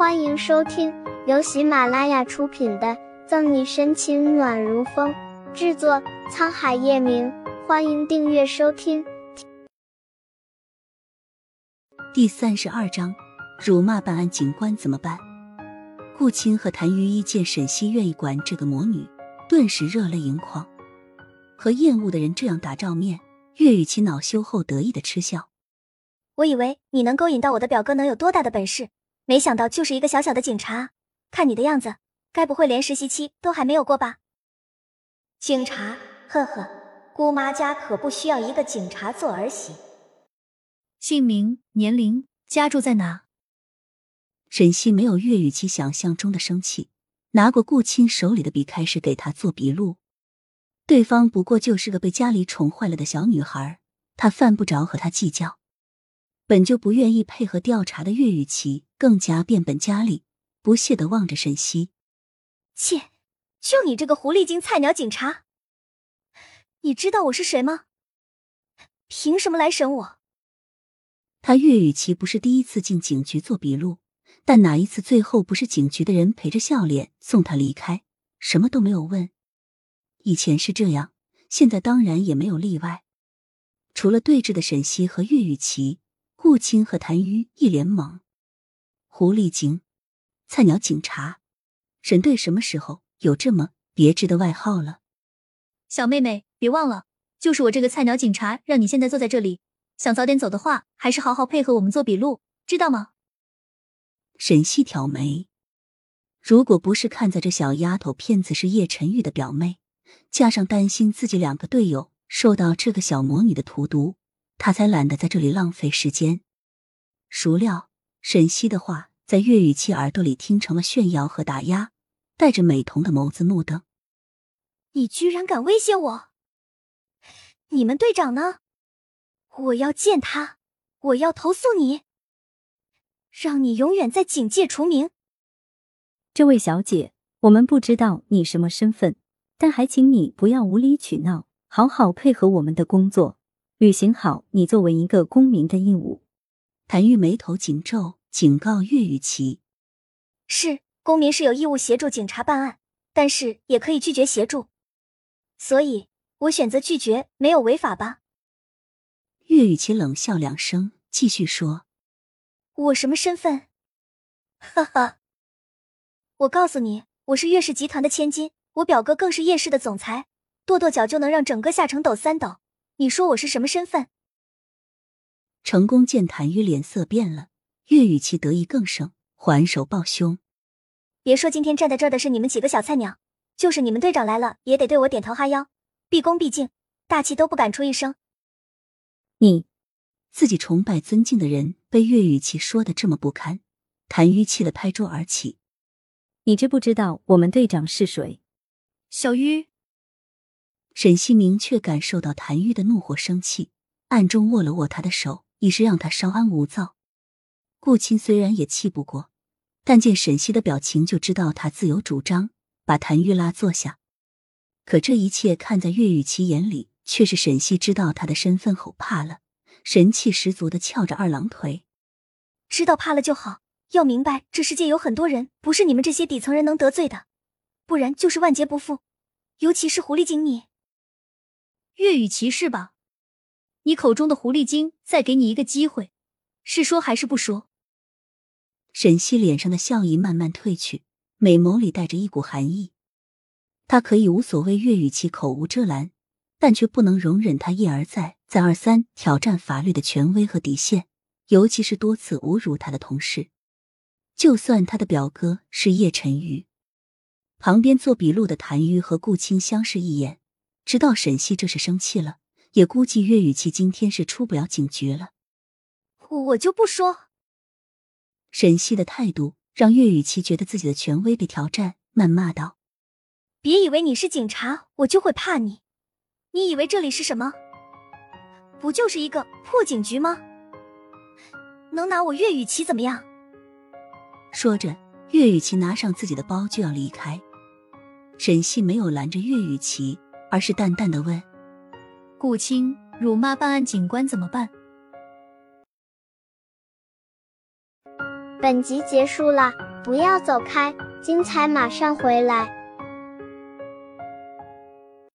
欢迎收听由喜马拉雅出品的《赠你深情暖如风》，制作沧海夜明。欢迎订阅收听。 第32章，辱骂办案警官怎么办？顾青和谭玉一见沈西愿意管这个魔女，顿时热泪盈眶。和厌恶的人这样打照面，岳雨琪恼羞后得意的嗤笑。 我以为你能勾引到我的表哥能有多大的本事，没想到就是一个小小的警察。看你的样子，该不会连实习期都还没有过吧？警察，呵呵，姑妈家可不需要一个警察做儿媳。 姓名、年龄、家住在哪？ 沈西没有岳雨琪想象中的生气，拿过顾青手里的笔开始给他做笔录。对方不过就是个被家里宠坏了的小女孩，他犯不着和她计较。本就不愿意配合调查的岳雨琪更加变本加厉，不屑地望着沈西。 切，就你这个狐狸精菜鸟警察，你知道我是谁吗？凭什么来审我？ 他岳雨琪不是第一次进警局做笔录，但哪一次最后不是警局的人陪着笑脸送他离开，什么都没有问。以前是这样，现在当然也没有例外。除了对峙的沈西和岳雨琪，顾青和谭玉一脸懵。狐狸精、菜鸟警察，沈队什么时候有这么别致的外号了？ 小妹妹，别忘了，就是我这个菜鸟警察让你现在坐在这里，想早点走的话，还是好好配合我们做笔录，知道吗？ 沈西挑眉，如果不是看在这小丫头片子是叶晨玉的表妹，加上担心自己两个队友受到这个小魔女的荼毒，他才懒得在这里浪费时间。孰料沈西的话在岳雨琪耳朵里听成了炫耀和打压，带着美瞳的眸子怒瞪。 你居然敢威胁我！你们队长呢？我要见他，我要投诉你，让你永远在警界除名。 这位小姐，我们不知道你什么身份，但还请你不要无理取闹，好好配合我们的工作，履行好你作为一个公民的义务。 谭玉眉头紧皱，警告岳雨琪。 是，公民是有义务协助警察办案，但是也可以拒绝协助。所以，我选择拒绝，没有违法吧？ 岳雨琪冷笑两声，继续说。 我什么身份？哈哈。我告诉你，我是岳氏集团的千金，我表哥更是叶氏的总裁，跺跺脚就能让整个下城抖三抖。你说我是什么身份？ 成功见谭玉脸色变了，岳雨琪得意更盛，还手抱胸。 别说今天站在这儿的是你们几个小菜鸟，就是你们队长来了也得对我点头哈腰，毕恭毕敬，大气都不敢出一声。 你自己崇拜尊敬的人被岳雨琪说得这么不堪，谭玉气得拍桌而起。 你知不知道我们队长是谁？ 小玉。 沈西明确感受到谭玉的怒火生气，暗中握了握他的手，以示让他稍安勿躁。顾青虽然也气不过，但见沈西的表情就知道他自有主张，把谭玉拉坐下。可这一切看在岳雨琪眼里，却是沈西知道他的身份后怕了，神气十足地翘着二郎腿。 知道怕了就好，要明白这世界有很多人不是你们这些底层人能得罪的，不然就是万劫不复，尤其是狐狸精你。 岳雨琪是吧？你口中的狐狸精再给你一个机会，是说还是不说？ 沈西脸上的笑意慢慢褪去，美眸里带着一股寒意。他可以无所谓岳雨琪口无遮拦，但却不能容忍他一而再再而三挑战法律的权威和底线，尤其是多次侮辱他的同事。就算他的表哥是叶晨玉。旁边做笔录的谭玉和顾青相视一眼，知道沈西这是生气了，也估计岳雨琪今天是出不了警局了。 我就不说。 沈西的态度让岳雨琪觉得自己的权威被挑战，谩骂道： 别以为你是警察我就会怕你，你以为这里是什么？不就是一个破警局吗？能拿我岳雨琪怎么样？ 说着，岳雨琪拿上自己的包就要离开。沈西没有拦着岳雨琪，而是淡淡地问： 顾青，辱骂办案警官怎么办？ 本集结束了， 不要走开，精彩马上回来。